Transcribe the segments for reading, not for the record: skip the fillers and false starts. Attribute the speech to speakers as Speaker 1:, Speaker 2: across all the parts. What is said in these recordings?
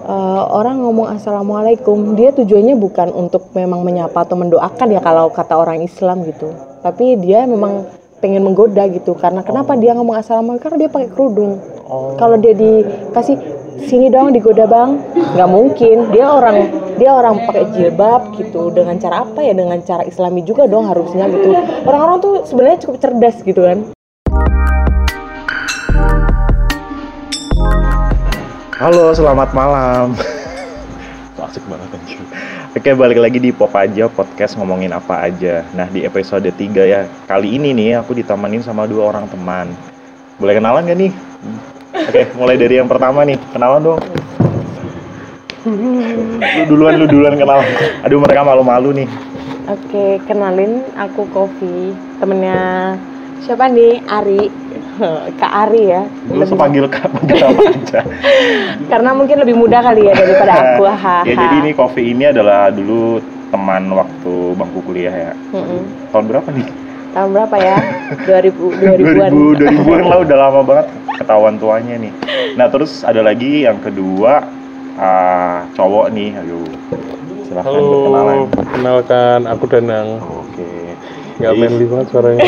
Speaker 1: orang ngomong assalamualaikum, dia tujuannya bukan untuk memang menyapa atau mendoakan ya kalau kata orang Islam gitu. Tapi dia memang pengen menggoda gitu. Karena kenapa dia ngomong assalamualaikum? Karena dia pakai kerudung. Kalau dia dikasih sini dong digoda bang, nggak mungkin. Dia orang pakai jilbab gitu. Dengan cara apa ya? Dengan cara Islami juga dong harusnya gitu. Orang-orang tuh sebenarnya cukup cerdas gitu kan.
Speaker 2: Halo, selamat malam. Asik banget anjir. Oke, balik lagi di Pop Aja Podcast ngomongin apa aja. Nah, di episode 3 ya. Kali ini nih aku ditemanin sama 2 orang teman. Boleh kenalan gak nih? Oke, mulai dari yang pertama nih. Kenalan dong. Lu duluan kenalan. Aduh, mereka malu-malu nih.
Speaker 1: Oke, kenalin aku Kofi, temennya siapa nih? Ari. Kak Ari ya.
Speaker 2: Lu sepanggil Kak, panggil apa aja.
Speaker 1: Karena mungkin lebih mudah kali ya daripada aku.
Speaker 2: Ya, jadi ini Kofi ini adalah dulu teman waktu bangku kuliah ya. Tahun berapa nih?
Speaker 1: Tahun berapa ya? 2000-an
Speaker 2: lah, udah lama banget ketahuan tuanya nih. Nah, terus ada lagi yang kedua, cowok nih. Ayo, silahkan berkenalan.
Speaker 3: Kenalkan, aku Danang.
Speaker 2: Oke.
Speaker 3: Gak manly banget suaranya.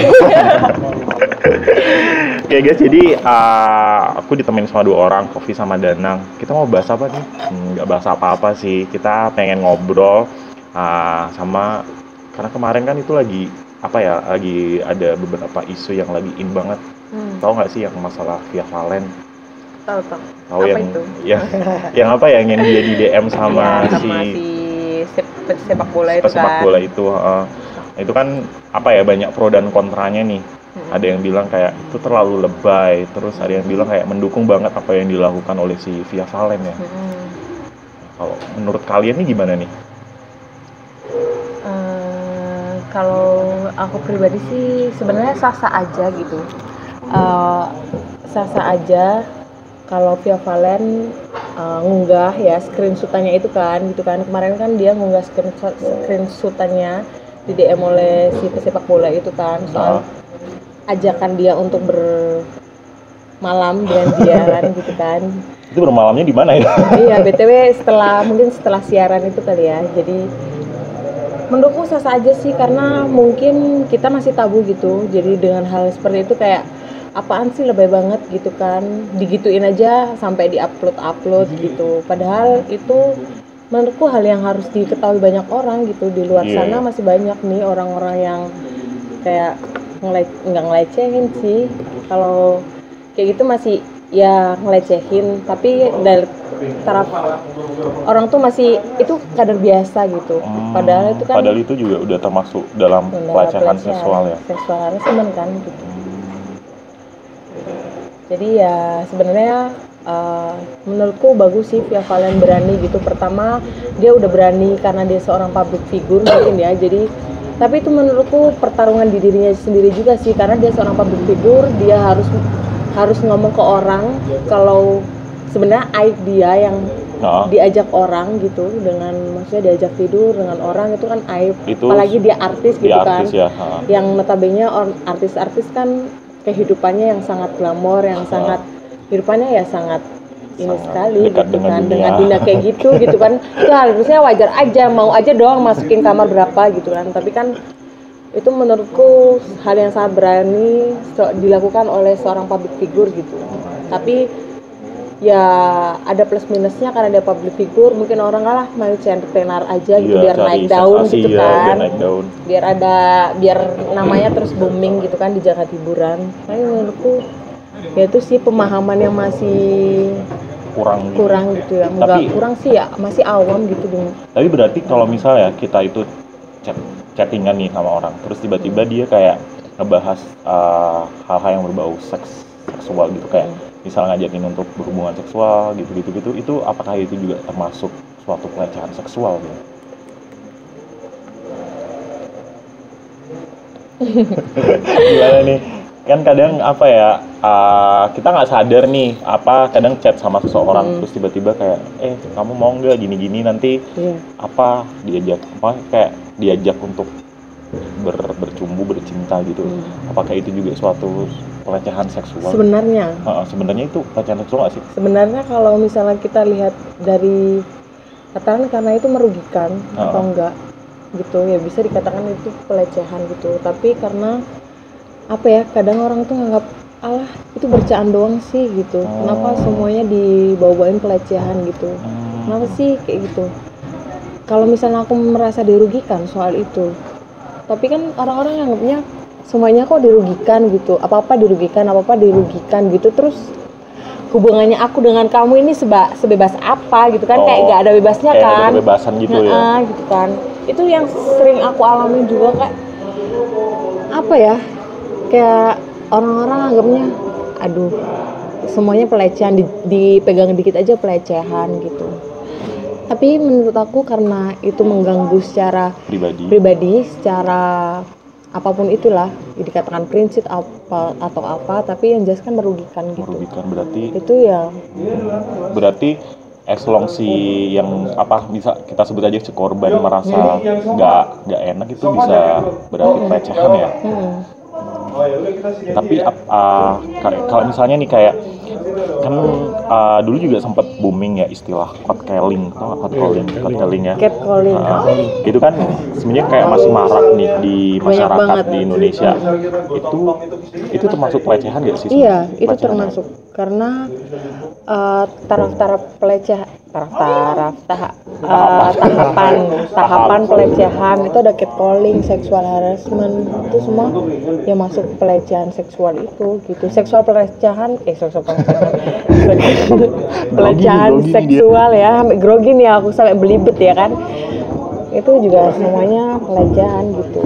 Speaker 2: Oke guys, jadi aku ditemenin sama 2 orang, Kofi sama Danang. Kita mau bahas apa nih? Nggak bahas apa-apa sih. Kita pengen ngobrol sama, karena kemarin kan itu lagi lagi ada beberapa isu yang lagi in banget. Tahu nggak sih yang masalah Via Valen?
Speaker 1: Tahu.
Speaker 2: Tahu
Speaker 1: apa
Speaker 2: yang
Speaker 1: itu?
Speaker 2: yang apa ya, yang dia di DM sama si
Speaker 1: sepak bola itu
Speaker 2: sepak bola itu. Itu kan banyak pro dan kontranya nih. Ada yang bilang kayak itu terlalu lebay, terus ada yang bilang kayak mendukung banget apa yang dilakukan oleh si Via Valen ya. Kalau menurut kalian nih gimana nih?
Speaker 1: Kalau aku pribadi sih sebenarnya sah-sah aja gitu. Sah-sah aja kalau Via Valen ngunggah ya screenshotannya itu kan gitu kan. Kemarin kan dia ngunggah screenshotannya di DM oleh si pesepak bola itu kan soal ajakan dia untuk bermalam dengan dia kan gitu kan.
Speaker 2: Itu bermalamnya di mana ya?
Speaker 1: Iya, BTW mungkin setelah siaran itu kali ya. Jadi menurutku sah-sah aja sih karena mungkin kita masih tabu gitu. Jadi dengan hal seperti itu kayak apaan sih, lebay banget gitu kan. Digituin aja sampai di-upload gitu. Padahal itu menurutku hal yang harus diketahui banyak orang gitu. Di luar sana masih banyak nih orang-orang yang kayak nggak ngelecehin sih, kalau kayak gitu masih ya ngelecehin, tapi dari taraf orang tuh masih itu kadar biasa gitu. Padahal itu
Speaker 2: juga udah termasuk dalam pelecehan seksual ya,
Speaker 1: seksual harassment kan gitu. Jadi ya sebenarnya menurutku bagus sih Via Valen berani gitu. Pertama dia udah berani karena dia seorang public figure mungkin ya, jadi tapi itu menurutku pertarungan di dirinya sendiri juga sih, karena dia seorang public figure, dia harus ngomong ke orang kalau sebenarnya aib dia yang diajak orang gitu, dengan maksudnya diajak tidur dengan orang itu kan aib, apalagi dia artis gitu kan ya. Yang notabene artis-artis kan kehidupannya yang sangat glamor, yang sangat kehidupannya ya sangat ini sekali gitu kan, dengan dunia kayak gitu kan. Itu harusnya wajar aja, mau aja dong masukin kamar berapa gitu kan. Tapi kan itu menurutku hal yang sangat berani dilakukan oleh seorang public figure gitu. Tapi ya ada plus minusnya karena dia public figure, mungkin orang mau entertainer aja gitu, biar naik daun gitu kan, biar namanya terus booming gitu kan di jagat hiburan. Tapi menurutku ya itu sih pemahaman yang masih kurang gitu ya. Enggak kurang sih ya, masih awam gitu dong.
Speaker 2: Tapi berarti kalau misalnya kita itu chattingan nih sama orang, terus tiba-tiba dia kayak ngebahas hal-hal yang berbau seksual gitu, kayak misal ngajakin untuk berhubungan seksual gitu, itu apakah itu juga termasuk suatu pelecehan seksual gitu? Gimana nih? Kan kadang kita nggak sadar nih kadang chat sama seseorang terus tiba-tiba kayak kamu mau nggak gini-gini nanti diajak untuk bercumbu, bercinta gitu. Apakah itu juga suatu pelecehan seksual? Sebenarnya itu pelecehan seksual nggak sih?
Speaker 1: Sebenarnya kalau misalnya kita lihat dari katakan karena itu merugikan atau enggak gitu ya bisa dikatakan itu pelecehan gitu. Tapi karena apa ya, kadang orang tuh nganggap alah itu bercandaan doang sih gitu. Kenapa semuanya dibawa-bawain pelecehan gitu? Kenapa sih kayak gitu? Kalau misalnya aku merasa dirugikan soal itu, tapi kan orang-orang nganggapnya semuanya kok dirugikan gitu, apa-apa dirugikan gitu. Terus hubungannya aku dengan kamu ini sebebas apa gitu kan, kayak gak ada bebasnya
Speaker 2: kayak
Speaker 1: kan,
Speaker 2: ada kebebasan gitu ya
Speaker 1: gitu kan. Itu yang sering aku alami juga, kayak apa ya, kayak orang-orang anggapnya aduh semuanya pelecehan, dipegang dikit aja pelecehan gitu. Tapi menurut aku karena itu mengganggu secara pribadi secara apapun itulah, dikatakan prinsip apa atau apa, tapi yang jelas kan merugikan gitu.
Speaker 2: Merugikan berarti
Speaker 1: itu ya.
Speaker 2: Berarti as long si yang apa bisa kita sebut aja si korban merasa nggak enak, itu bisa berarti pelecehan ya. Tapi kalau misalnya nih kayak kan dulu juga sempat booming ya istilah catcalling, ya.
Speaker 1: Catcalling.
Speaker 2: Itu kan sebenarnya kayak masih marak nih di masyarakat di Indonesia. Itu termasuk pelecehan nggak sih?
Speaker 1: Iya, itu termasuk karena tahapan pelecehan itu ada catcalling, sexual harassment, itu semua yang masuk pelecehan seksual itu gitu. Pelecehan seksual ya, sampai grogi nih aku, sampai belibet ya kan. Itu juga semuanya pelecehan gitu.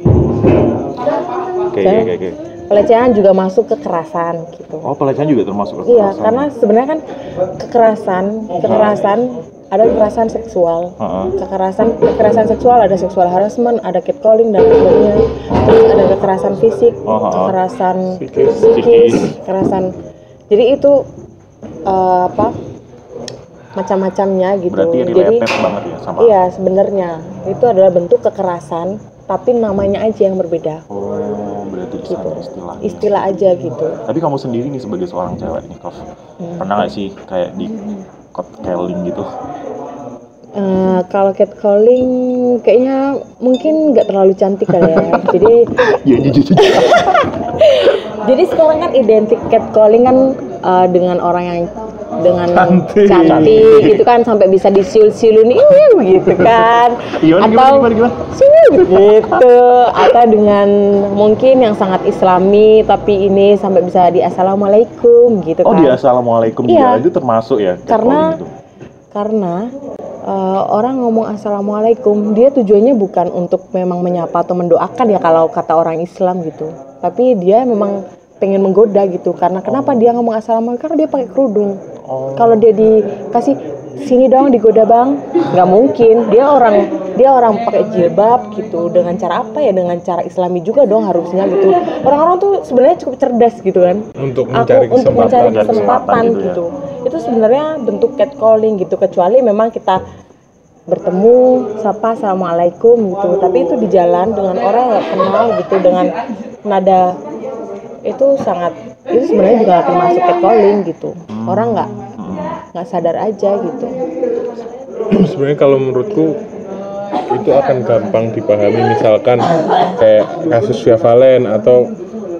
Speaker 2: Oke.
Speaker 1: Pelecehan juga masuk kekerasan gitu.
Speaker 2: Oh, pelecehan juga termasuk kekerasan.
Speaker 1: Iya, karena sebenarnya kan kekerasan ada kekerasan seksual. Kekerasan seksual ada sexual harassment, ada catcalling dan sebagainya. Terus ada kekerasan fisik, kekerasan psikis, kekerasan. Jadi itu macam-macamnya gitu.
Speaker 2: Berarti related banget ya sama.
Speaker 1: Iya, sebenarnya itu adalah bentuk kekerasan, tapi namanya aja yang berbeda.
Speaker 2: Oh, berarti
Speaker 1: gitu.
Speaker 2: Istilah
Speaker 1: aja gitu.
Speaker 2: Tapi kamu sendiri nih sebagai seorang cewek nih, Kof, pernah nggak sih kayak di catcalling gitu?
Speaker 1: Kalau catcalling kayaknya mungkin nggak terlalu cantik kali ya. Jadi
Speaker 2: ya jujur.
Speaker 1: Jadi sekarang kan identik catcalling kan dengan orang yang dengan cantik gitu kan, sampai bisa disiul-siulun gitu kan. Gimana? Gitu. Atau dengan mungkin yang sangat islami tapi ini sampai bisa di assalamualaikum gitu kan.
Speaker 2: Oh, di assalamualaikum
Speaker 1: iya.
Speaker 2: Itu termasuk ya?
Speaker 1: Karena orang ngomong assalamualaikum, dia tujuannya bukan untuk memang menyapa atau mendoakan ya kalau kata orang Islam gitu. Tapi dia memang pengen menggoda gitu. Karena kenapa dia ngomong assalamualaikum? Karena dia pakai kerudung. Kalau dia dikasih sini dong digoda bang, nggak mungkin. Dia orang pakai jilbab gitu. Dengan cara apa ya? Dengan cara Islami juga dong harusnya gitu. Orang-orang tuh sebenarnya cukup cerdas gitu kan.
Speaker 3: Untuk mencari
Speaker 1: kesempatan gitu. Itu sebenarnya bentuk catcalling gitu. Kecuali memang kita bertemu, sapa assalamualaikum gitu. Tapi itu di jalan dengan orang yang nggak kenal gitu, dengan nada itu sebenarnya juga termasuk catcalling gitu. Orang nggak sadar aja gitu.
Speaker 3: Sebenarnya kalau menurutku itu akan gampang dipahami, misalkan kayak kasus Via Valen atau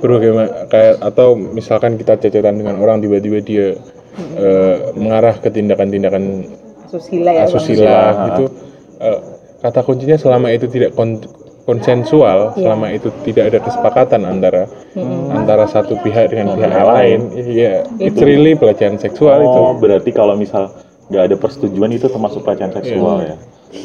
Speaker 3: atau misalkan kita cecetan dengan orang tiba-tiba dia mengarah ke tindakan-tindakan asusila gitu. Kata kuncinya selama itu tidak konsensual, selama itu tidak ada kesepakatan antara satu pihak dengan pihak yang lain, it's really pelecehan seksual itu.
Speaker 2: Berarti kalau misal nggak ada persetujuan itu termasuk pelecehan seksual ya?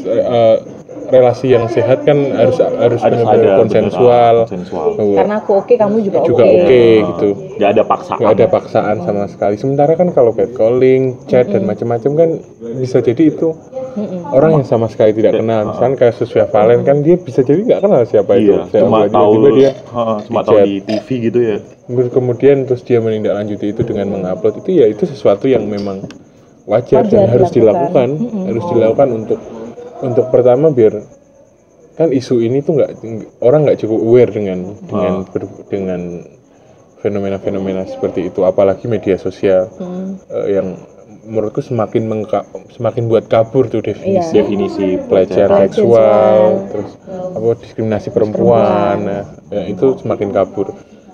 Speaker 3: Relasi yang sehat kan harus benar-benar konsensual.
Speaker 1: Karena aku oke, kamu juga
Speaker 3: oke gitu.
Speaker 2: Nggak ada paksaan
Speaker 3: sama sekali. Sementara kan kalau catcalling, chat dan macam-macam kan bisa jadi itu orang yang sama sekali tidak kenal. Misalkan kasus Via Valen kan dia bisa jadi nggak kenal siapa itu.
Speaker 2: Cuma tahu di TV gitu ya.
Speaker 3: Kemudian terus dia menindaklanjuti itu dengan mengupload itu, ya itu sesuatu yang memang wajar dan harus dilakukan. Harus dilakukan untuk pertama biar kan isu ini tuh orang nggak cukup aware dengan fenomena-fenomena seperti itu, apalagi media sosial yang menurutku semakin buat kabur tuh definisi pelecehan seksual, terus apa diskriminasi perempuan. Nah, ya, itu semakin kabur.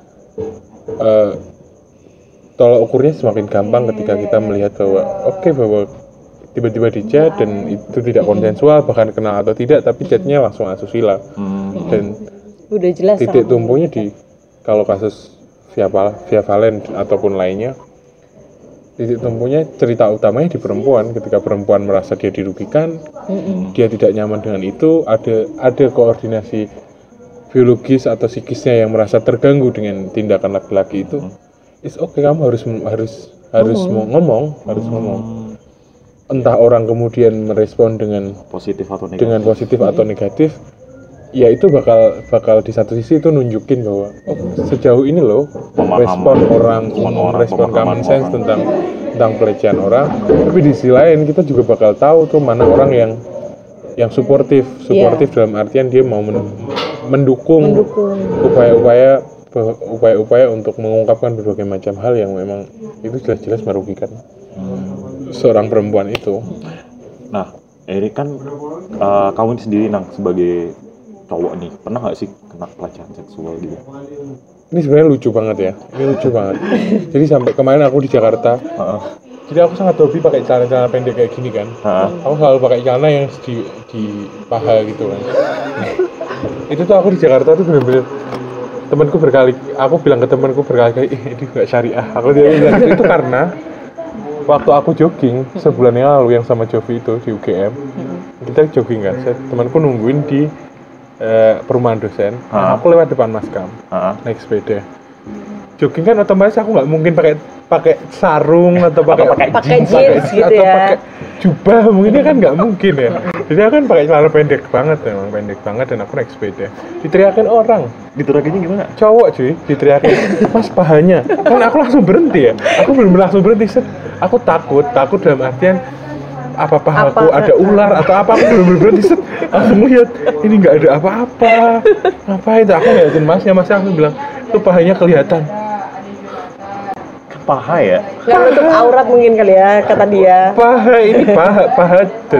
Speaker 3: Tolak ukurnya semakin gampang ketika kita melihat bahwa tiba-tiba di chat dan itu tidak konsensual, bahkan kenal atau tidak, tapi chatnya langsung asusila. Dan
Speaker 1: udah jelas
Speaker 3: titik tumpunya di kalau kasus via Valen ataupun lainnya, titik tumpunya cerita utamanya di perempuan. Ketika perempuan merasa dia dirugikan, dia tidak nyaman dengan itu, ada koordinasi biologis atau psikisnya yang merasa terganggu dengan tindakan laki-laki itu. It's okay, kamu harus ngomong. Entah orang kemudian merespon dengan
Speaker 2: positif atau negatif, ya itu bakal di satu sisi itu nunjukin bahwa sejauh ini loh respon common sense tentang pelecehan orang. Tapi di sisi lain kita juga bakal tahu tuh mana orang yang suportif dalam artian dia mau mendukung upaya-upaya untuk mengungkapkan berbagai macam hal yang memang itu jelas-jelas merugikan seorang perempuan itu. Nah, Erik kan kamu sendiri sebagai cowok nih, pernah nggak sih kena pelecehan seksual gitu?
Speaker 3: Ini sebenarnya lucu banget ya. Jadi sampai kemarin aku di Jakarta, jadi aku sangat hobi pakai celana pendek kayak gini kan. Aku selalu pakai celana yang di paha gitu kan. Itu tuh aku di Jakarta tuh bener-bener aku bilang ke temanku berkali-kali, ini nggak syariah. Aku bilang itu karena waktu aku jogging sebulan yang lalu yang sama Jovi itu di UGM, kita jogging kan. Temanku nungguin di perumahan dosen. Aku lewat depan Maskam, naik sepeda. Jogging kan otomatis aku nggak mungkin pakai sarung atau pakai jeans gitu atau ya. Pakai jubah, mungkin kan nggak mungkin ya. Jadi aku kan pakai celana pendek banget dan aku naik sepeda. Diteriakin orang.
Speaker 2: Diteriakinnya gimana?
Speaker 3: Cowok cuy, diteriakin, Mas pahanya. Kan aku langsung berhenti ya. Aku belum langsung berhenti. Aku takut dalam artian apa pahaku ada ular atau apa, aku belum berhenti. Langsung lihat ini nggak ada apa-apa. Ngapain? Aku ngeliatin masnya aku bilang itu pahanya kelihatan.
Speaker 2: Paha ya?
Speaker 1: Nggak nutup aurat mungkin kali ya, kata dia.
Speaker 3: Paha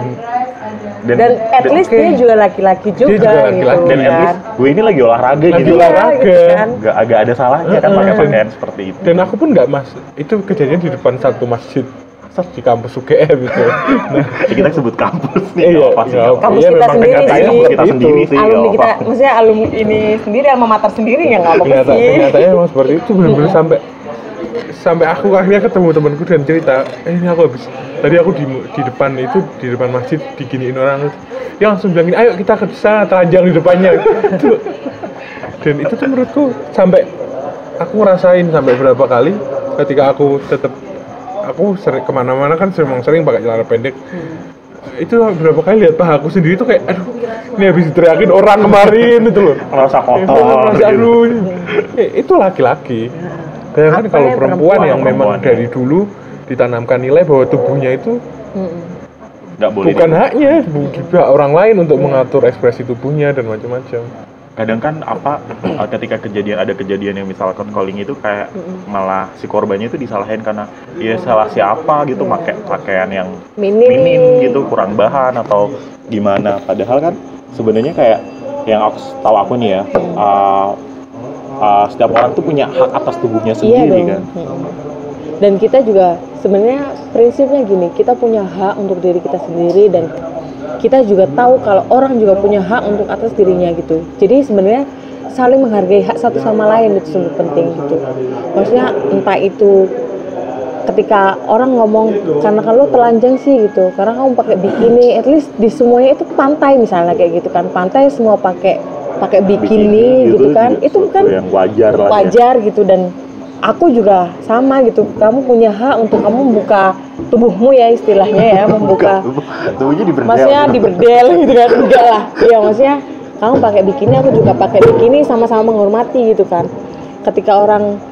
Speaker 3: dan
Speaker 1: at least dia juga laki-laki juga gitu.
Speaker 2: Dan at least gue ini lagi olahraga gitu.
Speaker 1: Kan?
Speaker 2: Agak ada salahnya kan pakai pakaian seperti itu.
Speaker 3: Dan aku pun nggak itu kejadian di depan satu masjid di kampus UGM gitu. Nah,
Speaker 2: kita sebut kampus nih.
Speaker 1: Kampus kita sendiri sih. Alumni kita,
Speaker 2: Pak.
Speaker 1: maksudnya alumni ini sendiri, alma mater sendiri ya nggak apa-apa sih.
Speaker 3: Kenyataannya memang seperti itu, benar-benar sampai aku akhirnya ketemu temanku dan cerita, ini aku tadi aku di depan masjid diginiin orang, dia langsung bilangin, ayo kita ke sana, telanjang di depannya. Dan itu tuh menurutku sampai aku ngerasain sampai berapa kali ketika aku sering kemana-mana kan sering pakai celana pendek. Itu berapa kali lihat paha aku sendiri tuh kayak, aduh, ini habis diteriakin orang kemarin itu loh.
Speaker 2: Merasa kotor.
Speaker 3: Itu laki-laki. Bayangkan kalau perempuan yang memang dari dulu ditanamkan nilai bahwa tubuhnya itu
Speaker 2: nggak boleh
Speaker 3: bukan haknya, juga orang lain untuk mengatur ekspresi tubuhnya dan macam-macam.
Speaker 2: Kadang kan ketika ada kejadian yang misalkan calling itu kayak malah si korbannya itu disalahin karena ya salah siapa gitu, pakai pakaian yang minim gitu, kurang bahan atau gimana. Padahal kan sebenarnya kayak yang aku nih ya, setiap orang tuh punya hak atas tubuhnya sendiri kan.
Speaker 1: Dan kita juga sebenarnya prinsipnya gini, kita punya hak untuk diri kita sendiri dan kita juga tahu kalau orang juga punya hak untuk atas dirinya gitu. Jadi sebenarnya saling menghargai hak satu sama lain itu sangat penting gitu. Maksudnya entah itu ketika orang ngomong karena kalau telanjang sih gitu, karena kamu pakai bikini, at least di semuanya itu pantai misalnya kayak gitu kan, pantai semua pakai bikini gitu kan, itu kan
Speaker 2: yang wajar
Speaker 1: gitu. Dan aku juga sama gitu, kamu punya hak untuk kamu membuka tubuhmu ya istilahnya ya, membuka
Speaker 2: tubuhnya
Speaker 1: maksudnya diberdel gitu kan, enggak lah ya, maksudnya kamu pakai bikini, aku juga pakai bikini, sama-sama menghormati gitu kan. Ketika orang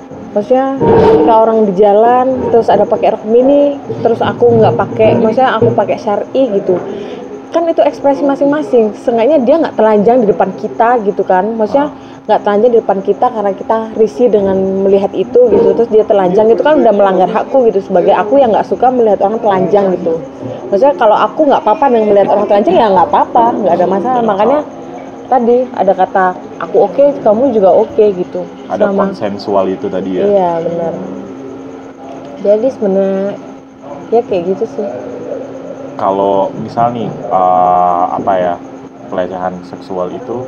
Speaker 1: di jalan terus ada pakai rok mini terus aku nggak pakai, maksudnya aku pakai syar'i gitu, kan itu ekspresi masing-masing. Seenggaknya dia nggak telanjang di depan kita gitu kan, maksudnya nggak telanjang di depan kita karena kita risih dengan melihat itu gitu, terus dia telanjang itu kan udah melanggar hakku gitu, sebagai aku yang nggak suka melihat orang telanjang gitu. Maksudnya kalau aku nggak apa-apa dengan melihat orang telanjang ya nggak apa-apa, nggak ada masalah. Makanya tadi ada kata aku oke, kamu juga oke gitu.
Speaker 2: Ada konsensual itu tadi ya.
Speaker 1: Iya benar. Jadi sebenarnya ya kayak gitu sih.
Speaker 2: Kalau misal nih apa ya, pelecehan seksual itu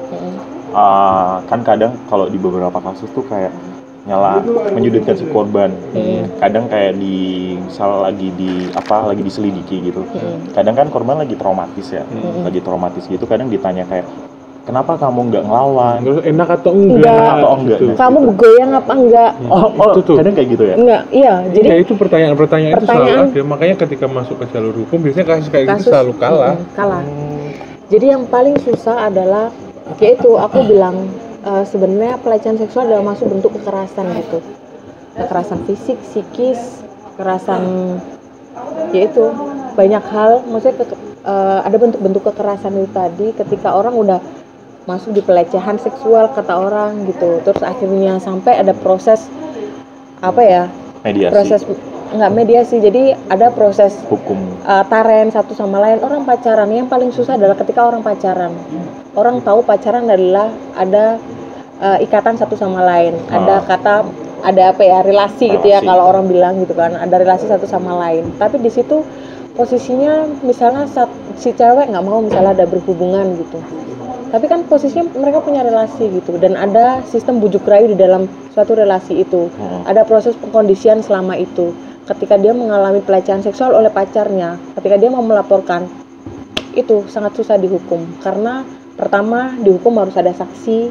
Speaker 2: kan kadang kalau di beberapa kasus tuh kayak menyudutkan si korban. Kadang kayak misal lagi diselidiki gitu. Kadang kan korban lagi traumatis ya. Lagi traumatis gitu, kadang ditanya kayak kenapa kamu nggak ngelawan?
Speaker 3: Terus enak atau enggak?
Speaker 2: Gitu.
Speaker 1: Kamu bergoyang apa enggak?
Speaker 2: Itu tuh. Kadang kayak gitu ya?
Speaker 1: Enggak, iya. Jadi
Speaker 3: ya itu pertanyaan-pertanyaan itu selalu ada. Makanya ketika masuk ke jalur hukum biasanya kasus kayak gitu selalu kalah.
Speaker 1: Kalah. Jadi yang paling susah adalah yaitu aku bilang sebenarnya pelecehan seksual adalah masuk bentuk kekerasan gitu. Kekerasan fisik, psikis, kekerasan yaitu banyak hal. Maksudnya ada bentuk-bentuk kekerasan itu tadi ketika orang udah masuk di pelecehan seksual kata orang gitu, terus akhirnya sampai ada proses apa ya,
Speaker 2: mediasi.
Speaker 1: Proses nggak mediasi, jadi ada proses
Speaker 2: hukum
Speaker 1: taren satu sama lain. Orang pacaran yang paling susah adalah ketika orang pacaran, orang tahu pacaran adalah ada ikatan satu sama lain, ada apa ya, relasi gitu ya kalau orang bilang gitu kan, ada relasi satu sama lain. Tapi di situ posisinya misalnya si cewek nggak mau misalnya ada berhubungan gitu, tapi kan posisinya mereka punya relasi gitu, dan ada sistem bujuk rayu di dalam suatu relasi itu. Ada proses pengkondisian selama itu. Ketika dia mengalami pelecehan seksual oleh pacarnya, ketika dia mau melaporkan, itu sangat susah dihukum karena pertama dihukum harus ada saksi.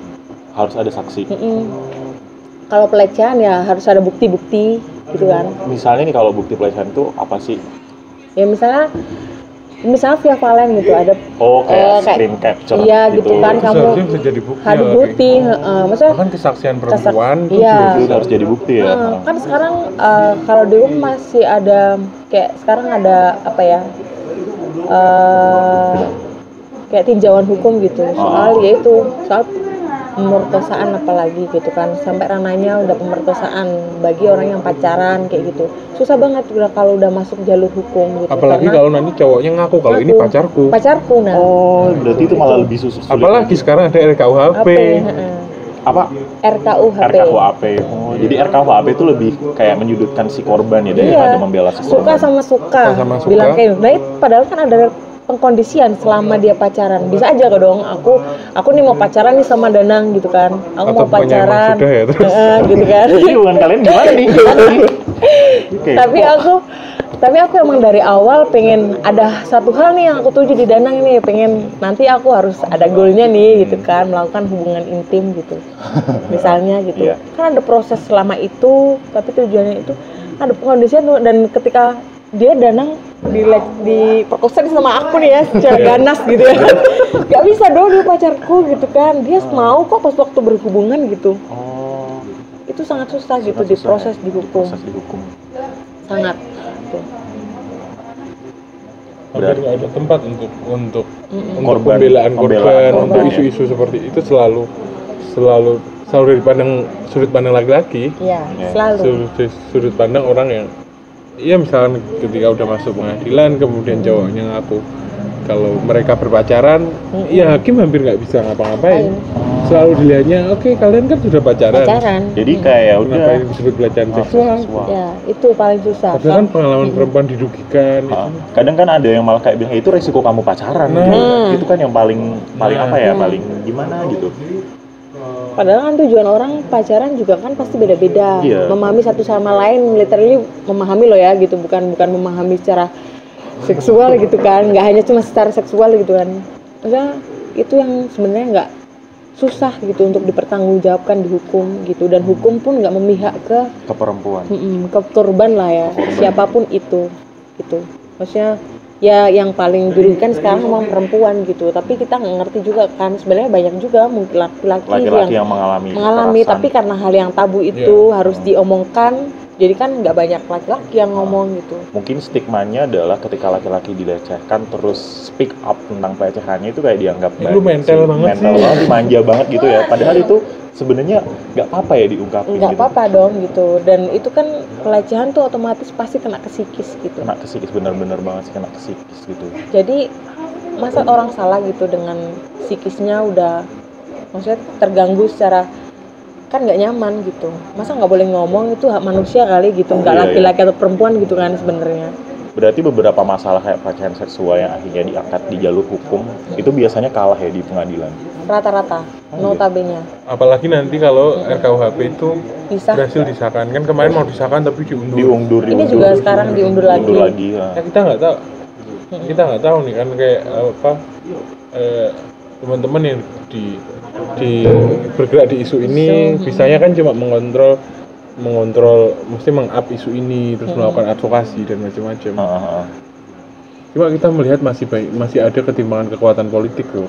Speaker 1: Kalau pelecehan ya harus ada bukti-bukti gitu kan.
Speaker 2: Misalnya nih kalau bukti pelecehan itu apa sih?
Speaker 1: Ya misalnya via Valen gitu, ada
Speaker 2: kayak screen capture
Speaker 1: iya gitu kan, kamu
Speaker 3: bisa jadi bukti.
Speaker 1: Ada bukti, maksudnya
Speaker 3: bahkan kesaksian perempuan
Speaker 2: itu harus jadi bukti ya.
Speaker 1: Kan sekarang kalau di hukum masih ada kayak sekarang ada apa ya, kayak tinjauan hukum gitu soal pemerkosaan apalagi gitu kan, sampai ranahnya udah pemerkosaan bagi orang yang pacaran kayak gitu. Susah banget kalau udah masuk jalur hukum gitu.
Speaker 3: Apalagi kalau nanti cowoknya ngaku kalau ini pacarku.
Speaker 1: Nah.
Speaker 2: Berarti itu malah lebih sulit.
Speaker 3: Apalagi sekarang ada RKUHP.
Speaker 2: Apa?
Speaker 1: RKUHP.
Speaker 2: Jadi RKUHP itu lebih kayak menyudutkan si korban ya daripada membela si korban.
Speaker 1: Suka sama suka. Bilang kayak, padahal kan ada pengkondisian selama dia pacaran. Bisa aja kok dong, aku nih mau pacaran nih sama Danang gitu kan. Aku
Speaker 3: atau
Speaker 1: mau pacaran.
Speaker 3: Sudah ya, terus.
Speaker 1: Gitu kan.
Speaker 2: Jadi hubungan kalian gimana nih?
Speaker 1: Tapi aku emang dari awal pengen ada satu hal nih yang aku tuju di Danang ini, pengen nanti aku harus ada goalnya nih gitu kan, melakukan hubungan intim gitu. Misalnya gitu. Kan ada proses selama itu, tapi tujuannya itu ada pengkondisian tuh, dan ketika dia Danang diperkosa sama aku nih ya secara ganas gitu ya. Gak bisa dong dia pacarku gitu kan, dia mau kok pas waktu berhubungan gitu. Itu sangat susah gitu diproses di hukum. Sangat gitu.
Speaker 3: Hampir nggak ada tempat untuk
Speaker 2: pembelaan
Speaker 3: korban, untuk isu-isu seperti itu selalu dipandang sudut pandang laki-laki.
Speaker 1: Iya, selalu.
Speaker 3: Sudut pandang orang yang misalnya ketika udah masuk pengadilan kemudian cowoknya ngaku kalau mereka berpacaran, ya hakim hampir nggak bisa ngapa-ngapain. Selalu dilihatnya, oke, kalian kan sudah pacaran.
Speaker 2: Jadi kayak udah
Speaker 3: ngapain disebut pelecehan seksual.
Speaker 1: Ya, itu paling susah.
Speaker 3: Padahal kan pengalaman perempuan dirugikan.
Speaker 2: Kadang kan ada yang malah kayak bilang itu resiko kamu pacaran. Itu kan yang paling paling gimana gitu.
Speaker 1: Padahal kan tujuan orang pacaran juga kan pasti beda-beda. Memahami satu sama lain, literally memahami loh ya gitu, bukan memahami secara seksual gitu kan, nggak hanya cuma secara seksual gitu kan. Maksudnya itu yang sebenarnya nggak susah gitu untuk dipertanggungjawabkan di hukum gitu, dan hukum pun nggak memihak ke
Speaker 2: perempuan,
Speaker 1: ke korban lah ya, siapapun itu gitu. Maksudnya ya yang paling dirugikan sekarang memang perempuan gitu, tapi kita nggak ngerti juga kan sebenarnya banyak juga mungkin laki-laki yang mengalami, tapi karena hal yang tabu itu harus diomongkan, Jadi kan nggak banyak laki-laki yang ngomong gitu.
Speaker 2: Mungkin stigmanya adalah ketika laki-laki dilecehkan terus speak up tentang pelecehannya itu kayak dianggap
Speaker 3: Lu mental banget
Speaker 2: mental
Speaker 3: sih.
Speaker 2: banget, manja banget gitu ya. Padahal itu sebenarnya nggak apa-apa ya diungkapin
Speaker 1: Nggak
Speaker 2: gitu.
Speaker 1: apa-apa dong gitu. Dan itu kan pelecehan tuh otomatis pasti kena ke psikis gitu.
Speaker 2: Kena ke psikis, bener-bener banget sih kena ke psikis gitu.
Speaker 1: Jadi masa orang salah gitu dengan psikisnya udah maksudnya terganggu secara kan nggak nyaman gitu. Masa nggak boleh ngomong, itu hak manusia kali gitu, nggak
Speaker 2: Iya,
Speaker 1: laki-laki atau perempuan gitu kan sebenarnya.
Speaker 2: Berarti beberapa masalah kayak pelecehan seksual yang akhirnya diangkat di jalur hukum itu biasanya kalah ya di pengadilan.
Speaker 1: Rata-rata notabene
Speaker 3: Apalagi nanti kalau RKUHP itu
Speaker 1: bisa.
Speaker 3: berhasil disahkan. Kan kemarin mau disahkan tapi diundur.
Speaker 1: Ini juga sekarang diundur lagi.
Speaker 2: Ya.
Speaker 3: Ya, kita nggak tahu. Kita nggak tahu nih kan kayak apa teman-teman yang di bergerak di isu ini bisanya kan cuma mengontrol mesti meng-up isu ini terus melakukan advokasi dan macam-macam. Cuma kita melihat masih ada ketimpangan kekuatan politik loh.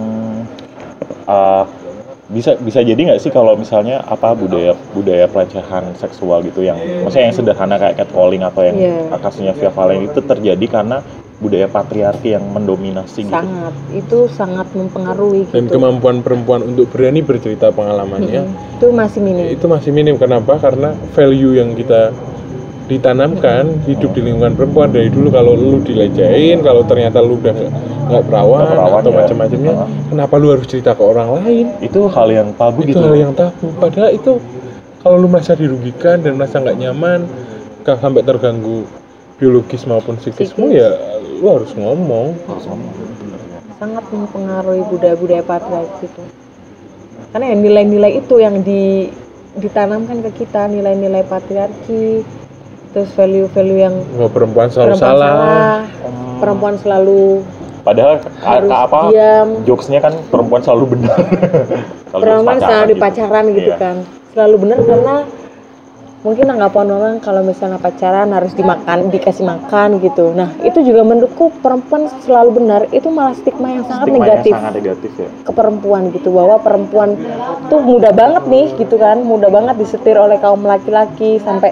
Speaker 2: Bisa jadi nggak sih kalau misalnya apa budaya pelecehan seksual gitu yang maksudnya yang sederhana kayak catcalling atau yang kasusnya Via Valen itu terjadi karena budaya patriarki yang mendominasi gitu.
Speaker 1: Itu sangat mempengaruhi gitu.
Speaker 3: Dan kemampuan perempuan untuk berani bercerita pengalamannya
Speaker 1: itu masih minim.
Speaker 3: Itu masih minim. Kenapa? Karena value yang kita ditanamkan hidup di lingkungan perempuan dari dulu, kalau lu dilecehin, kalau ternyata lu udah nggak perawan atau macam-macamnya, kenapa lu harus cerita ke orang lain?
Speaker 2: Itu hal yang tabu
Speaker 3: itu
Speaker 2: gitu.
Speaker 3: Hal yang tabu. Padahal itu kalau lu merasa dirugikan dan merasa nggak nyaman, sampai terganggu biologis maupun psikismu, ya lu harus ngomong.
Speaker 1: Sangat mempengaruhi budaya-budaya patriarki itu. Karena ya nilai-nilai itu yang ditanamkan ke kita, nilai-nilai patriarki, terus value-value yang
Speaker 3: perempuan selalu salah.
Speaker 1: Perempuan selalu
Speaker 2: padahal
Speaker 1: harus
Speaker 2: apa
Speaker 1: diam.
Speaker 2: Jokesnya kan perempuan selalu benar.
Speaker 1: Perempuan selalu di pacaran gitu kan. Selalu benar karena mungkin anggapan orang kalau misalnya pacaran harus dikasih makan gitu. Nah, itu juga menurutku perempuan selalu benar, itu malah stigma yang sangat negatif
Speaker 2: ya.
Speaker 1: Ke perempuan gitu, bahwa perempuan tuh mudah banget nih gitu kan, mudah banget disetir oleh kaum laki-laki sampai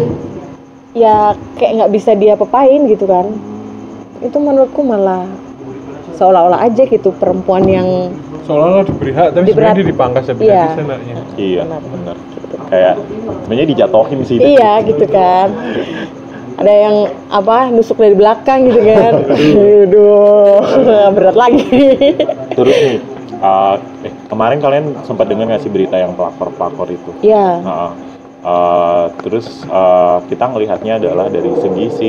Speaker 1: ya kayak nggak bisa dia pepain gitu kan. Itu menurutku malah seolah-olah aja gitu perempuan yang
Speaker 3: seolah-olah diberi hak tapi sebenarnya dia dipangkas habis-habisan anaknya.
Speaker 2: Iya, benar. Kayak sebenarnya dijatuhin sih.
Speaker 1: Iya gitu kan. Ada yang nusuk dari belakang gitu kan. Aduh, berat lagi.
Speaker 2: Terus nih, kemarin kalian sempat dengar nggak sih berita yang pelakor itu?
Speaker 1: Iya.
Speaker 2: Terus kita ngelihatnya adalah dari segi si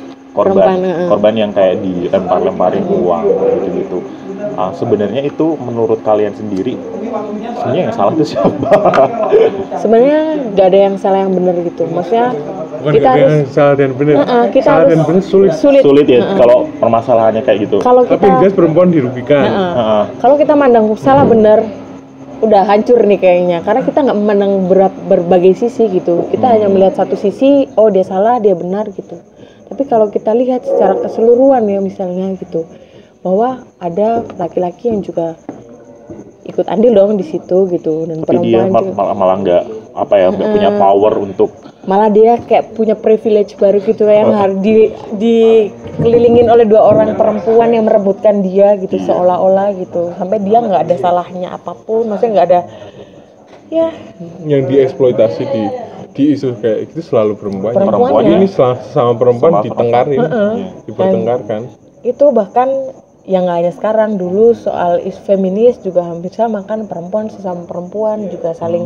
Speaker 2: korban yang kayak dilempar-lemparin uang gitu. Sebenarnya itu menurut kalian sendiri sebenarnya yang salah itu siapa?
Speaker 1: Sebenarnya nggak ada yang salah yang benar gitu. Maksudnya
Speaker 3: bukan
Speaker 1: kita harus
Speaker 3: yang salah dan benar.
Speaker 1: Salah
Speaker 3: dan benar
Speaker 2: sulit ya kalau permasalahannya kayak gitu.
Speaker 3: Tapi jelas perempuan dirugikan.
Speaker 1: Kalau kita mandang salah benar, udah hancur nih kayaknya. Karena kita nggak memandang berbagai sisi gitu. Kita hanya melihat satu sisi, oh dia salah, dia benar gitu. Tapi kalau kita lihat secara keseluruhan ya misalnya gitu, bahwa ada laki-laki yang juga ikut andil dong di situ gitu, dan
Speaker 2: tapi dia malah nggak punya power untuk,
Speaker 1: malah dia kayak punya privilege baru gitu yang harus dikelilingin oleh dua orang perempuan yang merebutkan dia gitu, seolah-olah gitu, sampai dia nggak ada salahnya apapun, maksudnya nggak ada ya
Speaker 3: yang dieksploitasi di isu kayak itu selalu perempuan
Speaker 1: ya.
Speaker 3: Ini sama perempuan ditengkarin, dipertengkarkan.
Speaker 1: Itu bahkan yang nggak hanya sekarang, dulu soal feminis juga hampir sama kan, perempuan sesama perempuan juga saling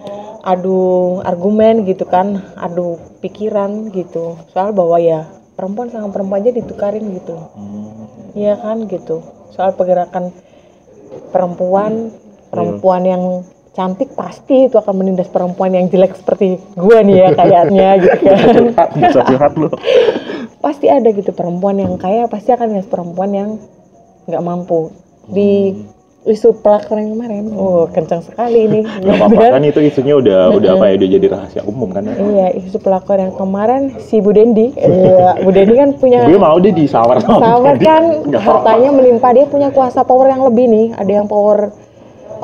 Speaker 1: adu argumen gitu kan, adu pikiran gitu, soal bahwa ya perempuan sama perempuan aja ditukarin gitu, iya kan gitu, soal pergerakan perempuan yang cantik pasti itu akan menindas perempuan yang jelek seperti gue nih ya kayaknya gitu kan.
Speaker 2: Bisa curhat lu.
Speaker 1: Pasti ada gitu perempuan yang kaya pasti akan menindas perempuan yang nggak mampu. Di isu pelakor yang kemarin, kencang sekali ini.
Speaker 2: Gak apa-apa kan, itu isunya udah udah jadi rahasia umum kan ya.
Speaker 1: Iya, isu pelakor yang kemarin si Bu Dendi. Iya, Bu Dendi kan punya.
Speaker 2: Gue mau deh disawar.
Speaker 1: Sawar kan, hartanya menimpa dia, punya kuasa power yang lebih nih. Ada yang power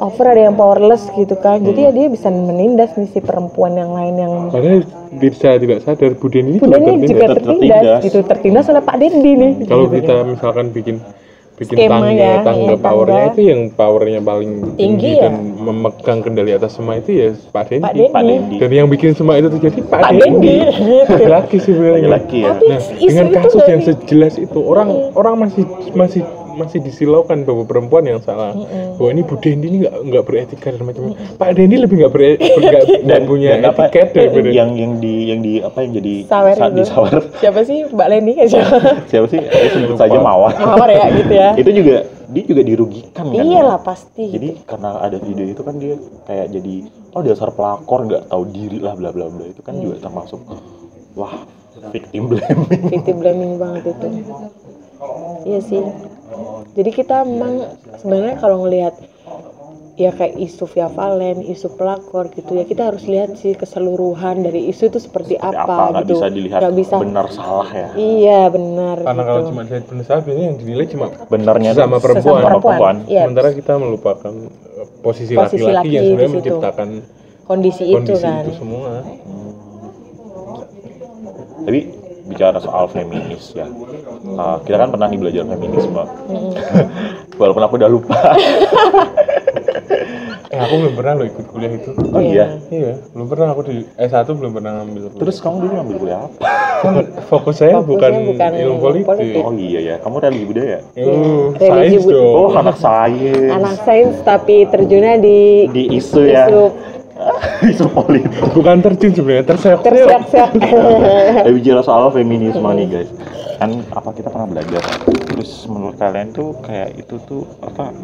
Speaker 1: over, ada yang powerless gitu kan. Jadi ya dia bisa menindas nih si perempuan yang lain yang
Speaker 3: Padahal bisa tidak sadar Bu Dendi
Speaker 1: Bu Dendi juga
Speaker 2: tertindas.
Speaker 1: tertindas gitu, tertindas oleh Pak Dendi nih.
Speaker 3: Kalau kita misalkan bikin
Speaker 1: Skema ya,
Speaker 3: tangga
Speaker 1: iya,
Speaker 3: powernya
Speaker 1: tangga.
Speaker 3: itu yang powernya paling tinggi
Speaker 1: Tinggi ya.
Speaker 3: dan memegang kendali atas semua itu ya Pak Dendi.
Speaker 1: Pak Dendi.
Speaker 2: Pak Dendi.
Speaker 3: Dan yang bikin semua itu terjadi Pak
Speaker 1: Pak
Speaker 3: Dendi.
Speaker 1: Dendi.
Speaker 3: Laki-laki sebenarnya.
Speaker 2: Laki-laki ya.
Speaker 1: Tapi
Speaker 3: Nah,
Speaker 1: isu
Speaker 3: dengan
Speaker 1: itu
Speaker 3: kasus
Speaker 1: nggak
Speaker 3: yang sejelas itu orang masih disilaukan bahwa perempuan yang salah, bahwa ini Bu Dendi ini nggak beretika dan macam-macam. Pak Dendi lebih nggak punya
Speaker 2: apa,
Speaker 3: etiket daripada
Speaker 2: yang jadi
Speaker 1: Sawer
Speaker 2: saat
Speaker 1: itu.
Speaker 2: disawer
Speaker 1: Siapa sih Mbak Leni kan siapa?
Speaker 2: siapa sih? Sebut saja Mawar.
Speaker 1: Mawar ya gitu ya.
Speaker 2: Itu juga dia juga dirugikan kan.
Speaker 1: Iyalah pasti.
Speaker 2: Jadi karena ada video itu kan dia kayak jadi dasar pelakor nggak tahu diri lah bla bla bla, itu kan juga termasuk wah victim blaming.
Speaker 1: Victim blaming banget itu. Iya sih. Jadi kita memang sebenarnya kalau ngelihat ya kayak isu Via Valen, isu pelakor gitu ya, kita harus lihat sih keseluruhan dari isu itu seperti apa
Speaker 2: Nggak
Speaker 1: gitu.
Speaker 2: bisa dilihat
Speaker 1: Nggak bisa.
Speaker 2: benar salah ya.
Speaker 1: Iya benar.
Speaker 3: karena
Speaker 1: gitu.
Speaker 3: kalau cuma dilihat benar salah biasanya yang dinilai cuma
Speaker 2: Benarnya
Speaker 3: Sesama perempuan.
Speaker 1: Sesama perempuan. Iya.
Speaker 3: sementara kita melupakan posisi
Speaker 1: Posisi
Speaker 3: laki-laki
Speaker 1: laki
Speaker 3: yang
Speaker 1: di
Speaker 3: sebenarnya
Speaker 1: situ.
Speaker 3: menciptakan
Speaker 1: kondisi itu
Speaker 3: kondisi
Speaker 1: kan.
Speaker 3: itu semua.
Speaker 2: Tapi bicara soal feminis ya, kita kan pernah nih belajar feminisme. Walaupun aku udah lupa.
Speaker 3: Aku belum pernah loh ikut kuliah itu.
Speaker 2: Oh iya.
Speaker 3: Iya, belum pernah aku di S1 belum pernah ngambil kuliah.
Speaker 2: Terus kamu dulu ngambil kuliah apa?
Speaker 3: Kan fokus saya
Speaker 1: Fokusnya bukan
Speaker 3: ilmu politik.
Speaker 1: politik.
Speaker 2: Oh iya ya, kamu religi budaya.
Speaker 1: Religi
Speaker 3: Sains
Speaker 1: budaya.
Speaker 3: dong.
Speaker 2: Oh anak sains.
Speaker 1: Anak sains tapi terjunnya di
Speaker 2: Di isu ya. Isu politik.
Speaker 3: Bukan terjun sebenarnya, terseok-seok.
Speaker 1: tersiak-siak.
Speaker 2: Tapi bicara soal feminisme nih guys, kan apa kita pernah belajar. Terus menurut kalian tuh kayak itu tuh apa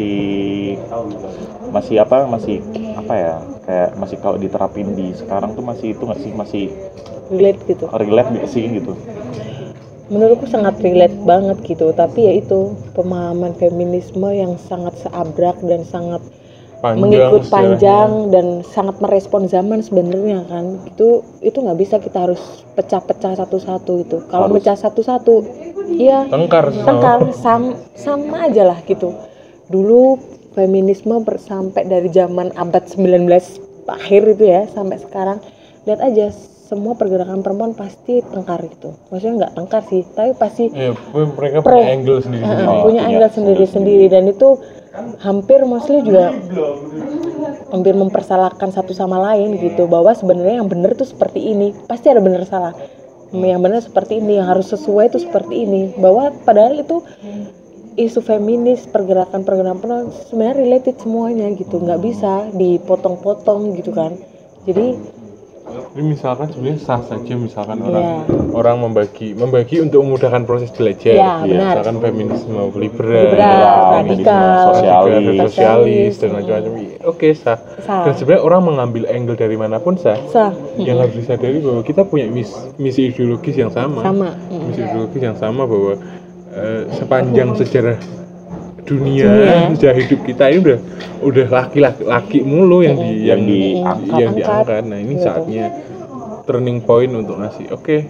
Speaker 2: masih apa ya, kayak masih kalau diterapin di sekarang tuh masih itu nggak sih, masih
Speaker 1: Relate gitu.
Speaker 2: relate nggak sih gitu?
Speaker 1: Menurutku sangat relate banget gitu, tapi ya itu pemahaman feminisme yang sangat seabrak dan sangat mengikut
Speaker 3: sejarahnya.
Speaker 1: panjang dan sangat merespon zaman sebenarnya kan. Itu nggak bisa kita harus pecah-pecah satu-satu itu. Kalau
Speaker 2: Harus.
Speaker 1: pecah satu-satu iya
Speaker 3: Tengkar
Speaker 1: sama aja lah gitu. Dulu feminisme sampai dari zaman abad 19 akhir itu ya sampai sekarang, lihat aja semua pergerakan perempuan pasti tengkar gitu. Maksudnya nggak tengkar sih, tapi pasti
Speaker 3: Iya, mereka punya angle sendiri-sendiri.
Speaker 1: punya
Speaker 2: punya
Speaker 1: angle sendiri-sendiri, dan itu hampir mostly juga hampir mempersalahkan satu sama lain gitu, bahwa sebenarnya yang benar tuh seperti ini, pasti ada benar salah. Yang benar seperti ini, yang harus sesuai itu seperti ini, bahwa padahal itu isu feminis, pergerakan-pergerakan sebenarnya related semuanya gitu, nggak bisa dipotong-potong gitu kan. Jadi
Speaker 3: Jadi misalkan sebenarnya sah saja misalkan
Speaker 1: Iya.
Speaker 3: orang membagi untuk memudahkan proses belajar.
Speaker 1: Iya, benar.
Speaker 3: Misalkan feminisme
Speaker 1: Liberal,
Speaker 2: radikal,
Speaker 3: sosialis dan macam-macam. Oke, sah.
Speaker 1: Sah.
Speaker 3: Dan sebenarnya orang mengambil angle dari manapun sah.
Speaker 1: sah.
Speaker 3: Yang harus disadari bahwa kita punya misi ideologis yang sama. Misi ideologis yang sama bahwa sepanjang sejarah dunia, sejarah hidup kita ini udah laki-laki mulu yang diangkat. Nah, ini saatnya turning point untuk ngasih oke,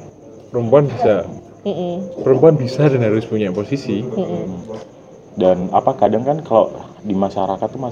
Speaker 3: perempuan bisa dan harus punya posisi.
Speaker 2: Dan kadang kan kalau di masyarakat tuh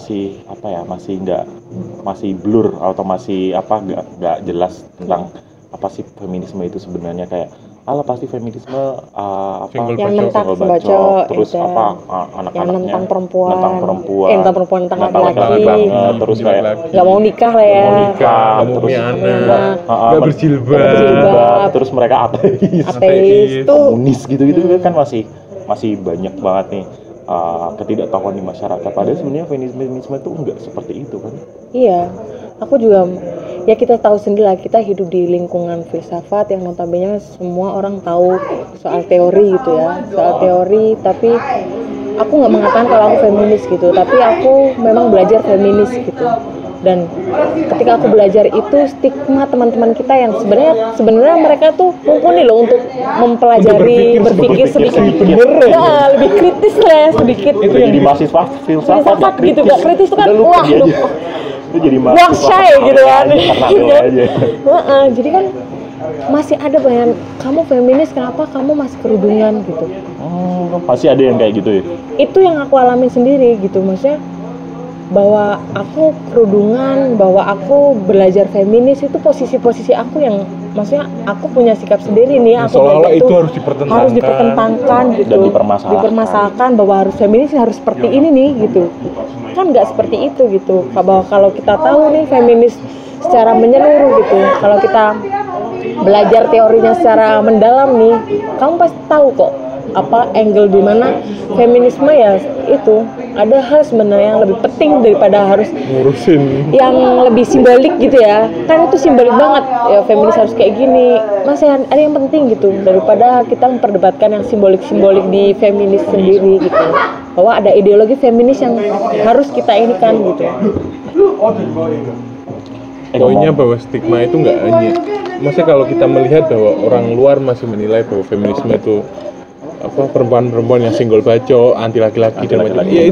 Speaker 2: masih blur atau masih nggak jelas tentang apa sih feminisme itu sebenarnya. Kayak pasti feminisme
Speaker 1: yang mentang
Speaker 2: bacot, terus
Speaker 1: itu.
Speaker 2: anak-anaknya
Speaker 1: yang nentang perempuan, tentang
Speaker 2: laki-laki
Speaker 1: laki-laki,
Speaker 2: banget, terus kayak
Speaker 1: nggak mau nikah lah ya,
Speaker 3: nggak mau punya anak, nggak berjilbab,
Speaker 2: terus mereka
Speaker 1: ateis tuh.
Speaker 2: komunis gitu kan masih banyak banget nih ketidaktahuan di masyarakat. Padahal sebenarnya feminisme itu enggak seperti itu kan.
Speaker 1: Iya, aku juga ya, kita tahu sendiri lah, kita hidup di lingkungan filsafat yang notabene semua orang tahu soal teori gitu ya, soal teori. Tapi aku nggak mengatakan kalau aku feminis gitu, tapi aku memang belajar feminis gitu. Dan ketika aku belajar itu, stigma teman-teman kita yang sebenarnya mereka tuh mumpuni loh untuk mempelajari, berpikir sedikit lebih kritis lah sedikit.
Speaker 2: Itu yang di mahasiswa filsafat
Speaker 1: gitu, gak kritis tuh kan, wah
Speaker 2: itu jadi
Speaker 1: wah shy gitu kan.
Speaker 2: aja.
Speaker 1: Jadi kan masih ada banyak, kamu feminis kenapa kamu masih kerudungan gitu.
Speaker 2: Pasti ada yang kayak gitu ya.
Speaker 1: Itu yang aku alamin sendiri gitu, maksudnya bahwa aku kerudungan, bahwa aku belajar feminis, itu posisi-posisi aku yang maksudnya aku punya sikap sendiri nih, aku
Speaker 3: seolah-olah
Speaker 1: belajar
Speaker 3: itu harus
Speaker 1: dipertentangkan gitu,
Speaker 2: Dan dipermasalahkan.
Speaker 1: bahwa harus feminis harus seperti ini nih gitu, kan nggak seperti itu gitu. Bahwa kalau kita tahu nih feminis secara menyeluruh gitu, kalau kita belajar teorinya secara mendalam nih, kamu pasti tahu kok apa angle di mana feminisme ya itu ada hal sebenarnya yang lebih penting daripada harus
Speaker 3: ngurusin
Speaker 1: yang lebih simbolik gitu ya, kan itu simbolik banget ya, feminis harus kayak gini, masih ada yang penting gitu daripada kita memperdebatkan yang simbolik-simbolik di feminis sendiri gitu, bahwa ada ideologi feminis yang harus kita ini kan gitu.
Speaker 3: Poinnya bahwa stigma itu nggak hanya, maksudnya kalau kita melihat bahwa orang luar masih menilai bahwa feminisme itu apa, perempuan-perempuan yang single baco, anti laki-laki dan macam-macam.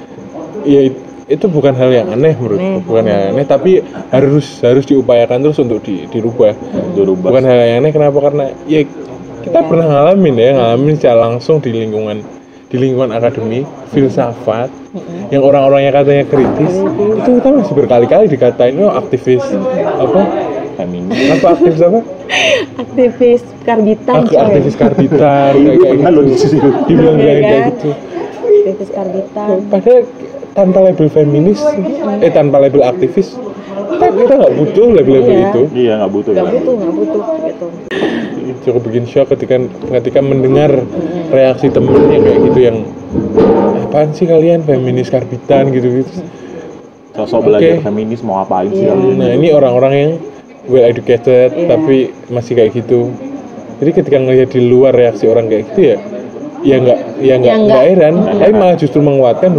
Speaker 3: Itu bukan hal yang aneh menurutku, bukan hal yang aneh, tapi harus diupayakan terus untuk dirubah. Bukan hal yang aneh, kenapa? Karena ya kita pernah ngalamin secara langsung di lingkungan akademi, filsafat, yang orang-orangnya katanya kritis, itu kita masih berkali-kali dikatain aktivis apa? Aktivis apa?
Speaker 1: Aktivis karbitan.
Speaker 3: Aktivis karbitan kayak gitu. Dibilang kayak gitu.
Speaker 1: Aktivis karbitan.
Speaker 3: Padahal tanpa label feminis, tanpa label aktivis, kita nggak butuh label-label itu.
Speaker 2: Iya, nggak butuh
Speaker 1: gitu.
Speaker 3: Cukup bikin shock ketika mendengar reaksi temennya kayak gitu, yang apaan sih kalian feminis karbitan gitu.
Speaker 2: Sosok belajar feminis mau apain sih kalian?
Speaker 3: Nah, ini orang-orang yang well educated tapi masih kayak gitu. Jadi ketika ngelihat di luar reaksi orang kayak gitu ya nggak heran, tapi malah justru menguatkan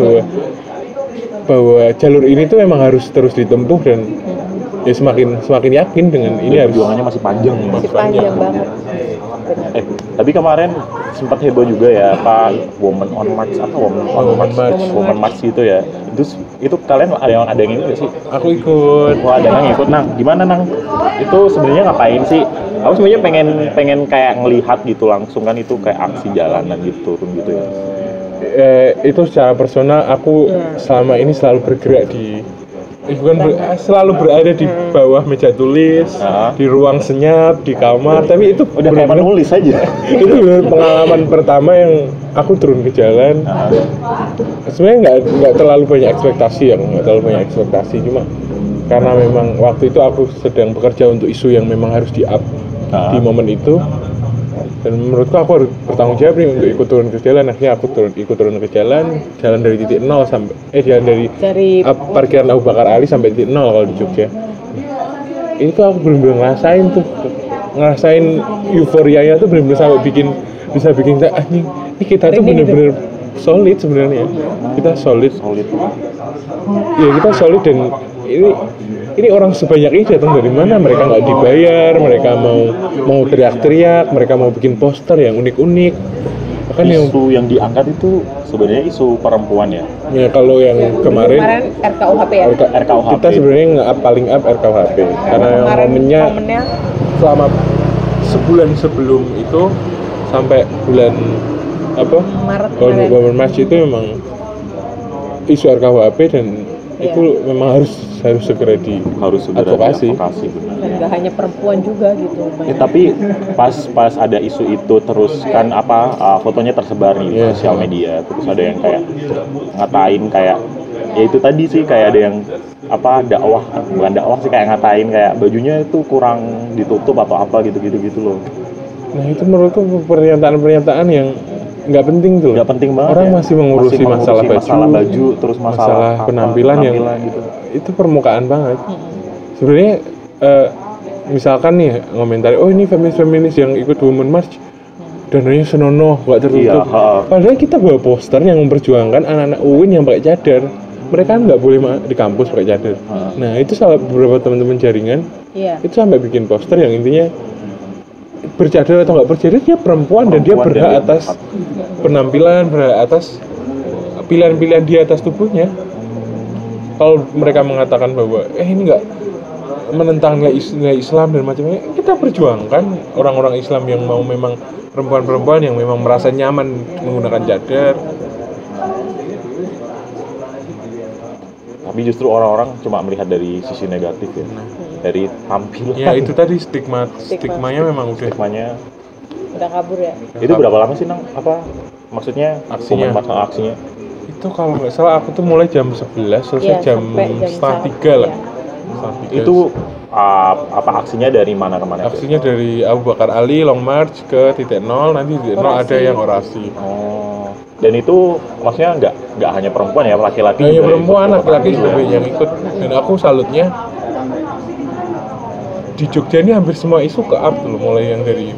Speaker 3: bahwa jalur ini tuh memang harus terus ditempuh, dan ya semakin yakin dengan ini harus
Speaker 2: perjuangannya masih panjang
Speaker 1: banget.
Speaker 2: Tapi kemarin sempat heboh juga ya, apa Women on March gitu ya. Itu kalian ada yang ikut gak sih?
Speaker 3: Aku ikut.
Speaker 2: Wah, ada yang ikut. Nang, gimana Nang? Itu sebenarnya ngapain sih? Aku sebenarnya pengen kayak ngelihat gitu langsung, kan itu kayak aksi jalanan gitu turun gitu ya.
Speaker 3: Itu secara personal aku selama ini selalu bergerak selalu berada di bawah meja tulis, di ruang senyap, di kamar, tapi itu
Speaker 2: udah kayak menulis aja.
Speaker 3: Itu benar pengalaman pertama yang aku turun ke jalan. Sebenarnya nggak terlalu banyak ekspektasi, cuma karena memang waktu itu aku sedang bekerja untuk isu yang memang harus di-up di momen itu, dan menurutku aku harus bertanggung jawab nih untuk ikut turun ke jalan. Akhirnya aku ikut turun ke jalan dari titik 0 sampai jalan dari parkiran Abu Bakar Ali sampai titik 0 kalau di Jogja. Itu aku benar-benar ngerasain euforianya tuh, benar-benar sampai bisa bikin ini kita tuh benar-benar solid sebenarnya. Kita solid. Ya kita solid, dan ini orang sebanyak ini datang dari mana? Mereka nggak dibayar, mereka mau teriak-teriak, mereka mau bikin poster yang unik-unik. Bahkan
Speaker 2: isu yang diangkat itu sebenarnya isu perempuan ya.
Speaker 3: Ya kalau yang kemarin
Speaker 1: RKUHP ya.
Speaker 2: RKUHP.
Speaker 3: Kita sebenarnya paling up RKUHP karena yang momennya selama sebulan sebelum itu sampai bulan
Speaker 1: Maret
Speaker 3: Women March itu memang isu RKUHP, dan itu memang harus segera advokasi.
Speaker 1: Dan gak hanya perempuan juga gitu.
Speaker 2: Tapi pas ada isu itu terus kan fotonya tersebar nih di sosial media, terus ada yang kayak ngatain kayak ya itu tadi sih, kayak ada yang bukan dakwah sih, kayak ngatain kayak bajunya itu kurang ditutup atau apa gitu loh.
Speaker 3: Nah itu menurutku pernyataan yang nggak penting tuh.
Speaker 2: Nggak penting banget.
Speaker 3: Orang masih mengurusi masalah
Speaker 2: baju, terus masalah
Speaker 3: penampilan yang
Speaker 2: gitu.
Speaker 3: Itu permukaan banget. Sebenarnya misalkan nih ngomentari, oh ini feminis yang ikut Women March dananya senonoh, nggak tertutup. Padahal kita bawa poster yang memperjuangkan anak-anak UIN yang pakai cadar. Mereka nggak boleh di kampus pakai cadar. Nah itu salah beberapa teman-teman jaringan. Itu sampai bikin poster yang intinya bercadar atau nggak bercadar, dia perempuan dan dia berhak atas penampilan, berhak atas pilihan-pilihan dia atas tubuhnya. Kalau mereka mengatakan bahwa ini nggak menentang nilai Islam dan macam-macam, kita perjuangkan orang-orang Islam yang mau memang perempuan-perempuan yang memang merasa nyaman menggunakan cadar.
Speaker 2: Tapi justru orang-orang cuma melihat dari sisi negatif ya, dari tampilan.
Speaker 3: Ya itu tadi stigmanya memang udah
Speaker 2: Stigmanya.
Speaker 1: Udah kabur ya.
Speaker 2: Itu berapa lama sih Nang? Apa maksudnya
Speaker 3: Aksinya?
Speaker 2: masalah aksinya?
Speaker 3: Itu kalau nggak salah aku tuh mulai jam 11 selesai
Speaker 1: Iya,
Speaker 3: jam
Speaker 1: sampai jam
Speaker 3: setengah 3 lah.
Speaker 1: Iya.
Speaker 3: Setengah 3.
Speaker 2: Itu apa aksinya dari mana ke mana?
Speaker 3: Aksinya dari Abu Bakar Ali Long March ke titik nol, nanti titik nol
Speaker 1: Orasi.
Speaker 3: ada yang orasi.
Speaker 2: Oh. Dan itu maksudnya nggak hanya perempuan ya, laki-laki
Speaker 3: Hanya
Speaker 2: juga
Speaker 3: perempuan,
Speaker 2: ikut.
Speaker 3: laki-laki juga banyak yang ikut. Dan aku salutnya di Jogja ini hampir semua isu ke up loh, mulai yang dari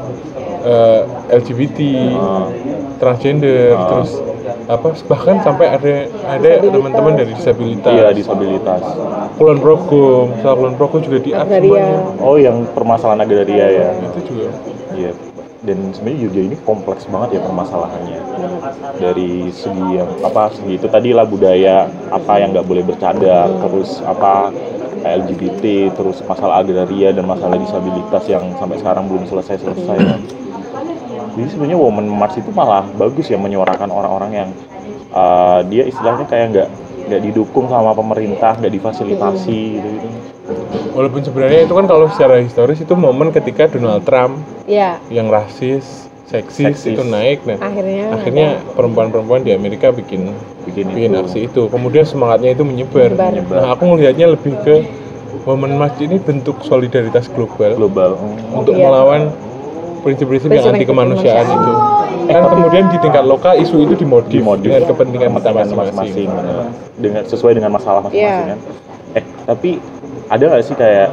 Speaker 3: LGBT, transgender, terus apa bahkan sampai ada teman-teman dari disabilitas.
Speaker 2: Iya, disabilitas.
Speaker 3: Kulon Progo, misal Kulon Progo juga di up
Speaker 1: Agraria.
Speaker 3: semuanya.
Speaker 2: Oh, yang permasalahan agraria ya.
Speaker 3: Itu juga.
Speaker 2: Iya. Dan sebenarnya Jogja ini kompleks banget ya permasalahannya. Dari segi yang segi itu tadi lah, budaya apa yang nggak boleh bercadar, terus apa LGBT, terus masalah agraria dan masalah disabilitas yang sampai sekarang belum selesai. Jadi sebenarnya Women March itu malah bagus ya, menyuarakan orang-orang yang dia istilahnya kayak nggak didukung sama pemerintah, nggak difasilitasi gitu.
Speaker 3: Walaupun sebenarnya itu kan kalau secara historis itu momen ketika Donald Trump
Speaker 1: Iya.
Speaker 3: yang rasis, seksis itu naik, nah
Speaker 1: Akhirnya
Speaker 3: perempuan-perempuan di Amerika bikin
Speaker 2: Bikin
Speaker 3: aksi itu. Kemudian semangatnya itu menyebar. Nah, aku melihatnya lebih ke Women March ini bentuk solidaritas global untuk
Speaker 1: Iya.
Speaker 3: melawan prinsip-prinsip yang anti kemanusiaan itu. Kan kemudian di tingkat lokal isu itu dimodif dengan kepentingan kita masing-masing.
Speaker 2: Dengan sesuai dengan masalah masing-masing
Speaker 1: Iya.
Speaker 2: kan. Tapi ada nggak sih kayak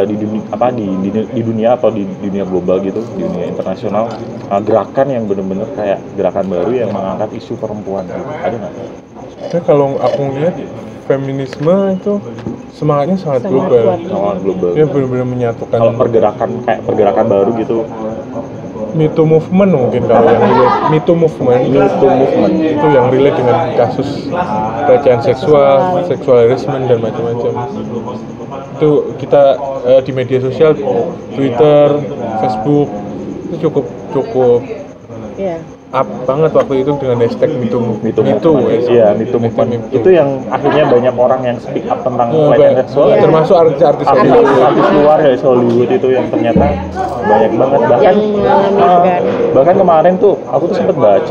Speaker 2: di dunia atau di dunia global gitu, di dunia internasional, gerakan yang benar-benar kayak gerakan baru yang mengangkat isu perempuan gitu? Ada nggak?
Speaker 3: Nah, kalau aku lihat feminisme itu semangatnya sangat global.
Speaker 1: kuat.
Speaker 2: Sangat global.
Speaker 3: Dia benar-benar menyatukan.
Speaker 2: Kalau pergerakan baru gitu,
Speaker 3: Me Too movement mungkin kalau yang relate. Me Too movement itu yang relate dengan kasus pelecehan seksual, sexual harassment dan macam-macam. Itu kita di media sosial, Twitter, Facebook itu cukup
Speaker 1: Iya.
Speaker 3: up banget waktu itu dengan hashtag Me Too
Speaker 2: Movement. Iya, Me Too movement. Itu yang akhirnya banyak orang yang speak up tentang pelecehan seksual.
Speaker 1: Iya.
Speaker 3: termasuk artis-artis
Speaker 2: Artis luar dari Hollywood itu yang ternyata banyak banget, bahkan
Speaker 1: Yang mengalami kan.
Speaker 2: bahkan kemarin tuh aku tuh sempet baca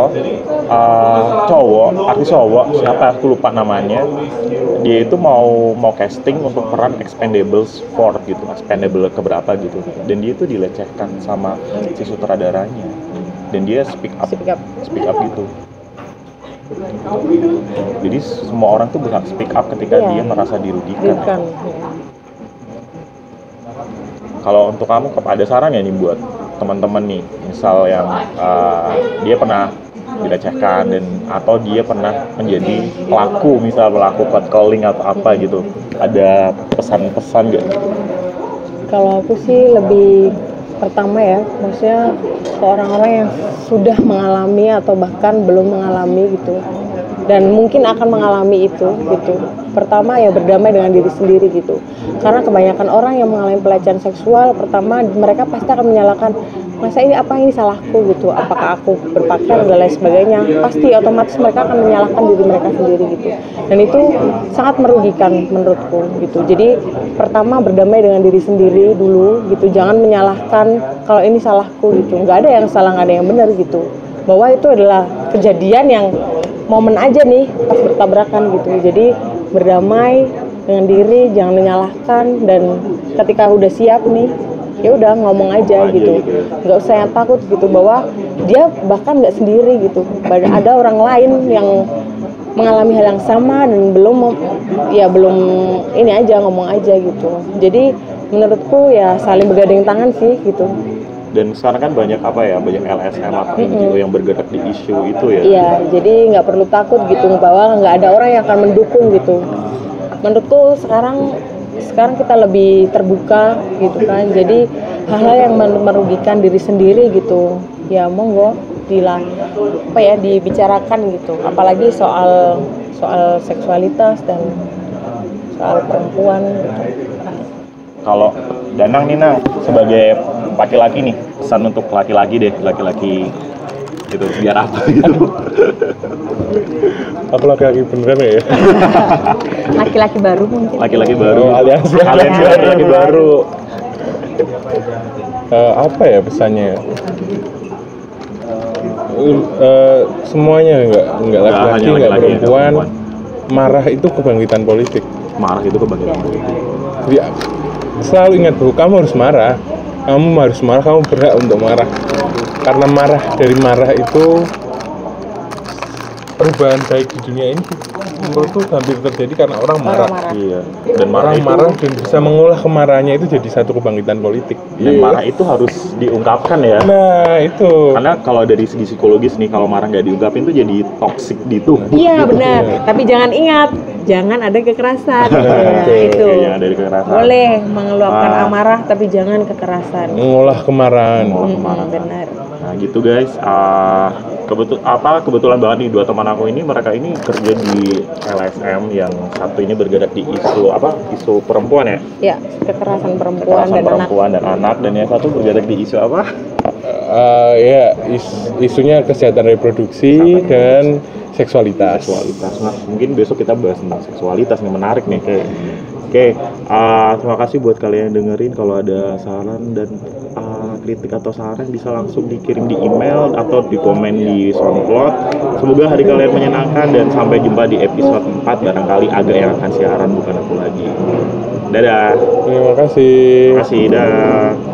Speaker 2: artis cowok siapa aku lupa namanya, dia itu mau casting untuk peran Expendables 4 gitu, Expendable keberapa gitu, dan dia itu dilecehkan sama si sutradaranya dan dia speak up gitu. Jadi semua orang tuh berhak speak up ketika
Speaker 1: Iya.
Speaker 2: dia merasa dirugikan.
Speaker 1: Bukan.
Speaker 2: Kalau untuk kamu ada saran ya nih buat teman-teman nih, misal yang dia pernah dilecehkan dan atau dia pernah menjadi pelaku catcalling atau apa gitu, ada pesan-pesan nggak?
Speaker 1: Kalau aku sih lebih pertama ya, maksudnya ke orang-orang yang sudah mengalami atau bahkan belum mengalami gitu, dan mungkin akan mengalami itu gitu. Pertama ya berdamai dengan diri sendiri gitu, karena kebanyakan orang yang mengalami pelecehan seksual, pertama mereka pasti akan menyalahkan, masa ini salahku gitu, apakah aku berpakaian dan lain sebagainya, pasti otomatis mereka akan menyalahkan diri mereka sendiri gitu, dan itu sangat merugikan menurutku gitu. Jadi pertama berdamai dengan diri sendiri dulu gitu, jangan menyalahkan kalau ini salahku gitu, nggak ada yang salah, nggak ada yang benar gitu, bahwa itu adalah kejadian yang momen aja nih pas bertabrakan gitu. Jadi berdamai dengan diri, jangan menyalahkan, dan ketika udah siap nih ya udah ngomong aja gitu, nggak usah yang takut gitu, bahwa dia bahkan nggak sendiri gitu, ada orang lain yang mengalami hal yang sama dan belum ini aja, ngomong aja gitu. Jadi menurutku ya saling bergandeng tangan sih gitu.
Speaker 2: Dan sekarang kan banyak LSM atau NGO yang bergerak di isu itu ya.
Speaker 1: Iya, jadi nggak perlu takut gitu, bahwa nggak ada orang yang akan mendukung gitu. Menurutku sekarang kita lebih terbuka gitu kan, jadi hal-hal yang merugikan diri sendiri gitu ya monggo dibicarakan gitu, apalagi soal seksualitas dan soal perempuan gitu.
Speaker 2: Kalau Danang nih Nang, sebagai laki-laki nih, pesan untuk laki-laki gitu biar apa gitu.
Speaker 3: Aku laki-laki beneran ya?
Speaker 1: Laki-laki baru mungkin.
Speaker 2: Laki-laki baru.
Speaker 3: Oh, alias
Speaker 2: laki-laki baru.
Speaker 3: Apa ya pesannya? Semuanya nggak laki-laki,
Speaker 2: hanya
Speaker 3: nggak
Speaker 2: laki-laki,
Speaker 3: perempuan. Marah itu kebangkitan politik.
Speaker 2: Marah itu kebangkitan politik.
Speaker 3: Jadi selalu ingat bahwa kamu harus marah. Kamu harus marah, kamu berhak untuk marah. Karena dari marah itu perubahan baik di dunia ini menurutku hampir terjadi karena orang marah.
Speaker 2: Iya. Dan marah
Speaker 3: Orang
Speaker 2: itu,
Speaker 3: marah dan bisa mengolah kemarahannya itu jadi satu kebangkitan politik.
Speaker 2: dan marah itu harus diungkapkan ya.
Speaker 3: Nah itu.
Speaker 2: Karena kalau dari segi psikologis nih, kalau marah nggak diungkapin tuh jadi toksik di tubuh.
Speaker 1: Iya benar. Tapi jangan ingat, jangan ada kekerasan. Ya, itu.
Speaker 2: Iya, dari kekerasan.
Speaker 1: Boleh mengeluarkan amarah, tapi jangan kekerasan.
Speaker 3: Mengolah kemarahan.
Speaker 1: Benar.
Speaker 2: Nah gitu guys, kebetulan banget nih dua teman aku ini, mereka ini kerja di LSM, yang satu ini bergerak di isu perempuan ya,
Speaker 1: Ya, kekerasan perempuan dan
Speaker 2: anak, dan yang satu bergerak di isu apa?
Speaker 3: Isunya kesehatan reproduksi dan seksualitas.
Speaker 2: Nah, mungkin besok kita bahas tentang seksualitas nih, menarik nih. Oke, terima kasih buat kalian yang dengerin. Kalau ada saran dan kritik atau saran bisa langsung dikirim di email atau di komen di SoundCloud. Semoga hari kalian menyenangkan dan sampai jumpa di episode 4. Barangkali Aga yang akan siaran, bukan aku lagi. Dadah.
Speaker 3: Terima kasih.
Speaker 2: Dah.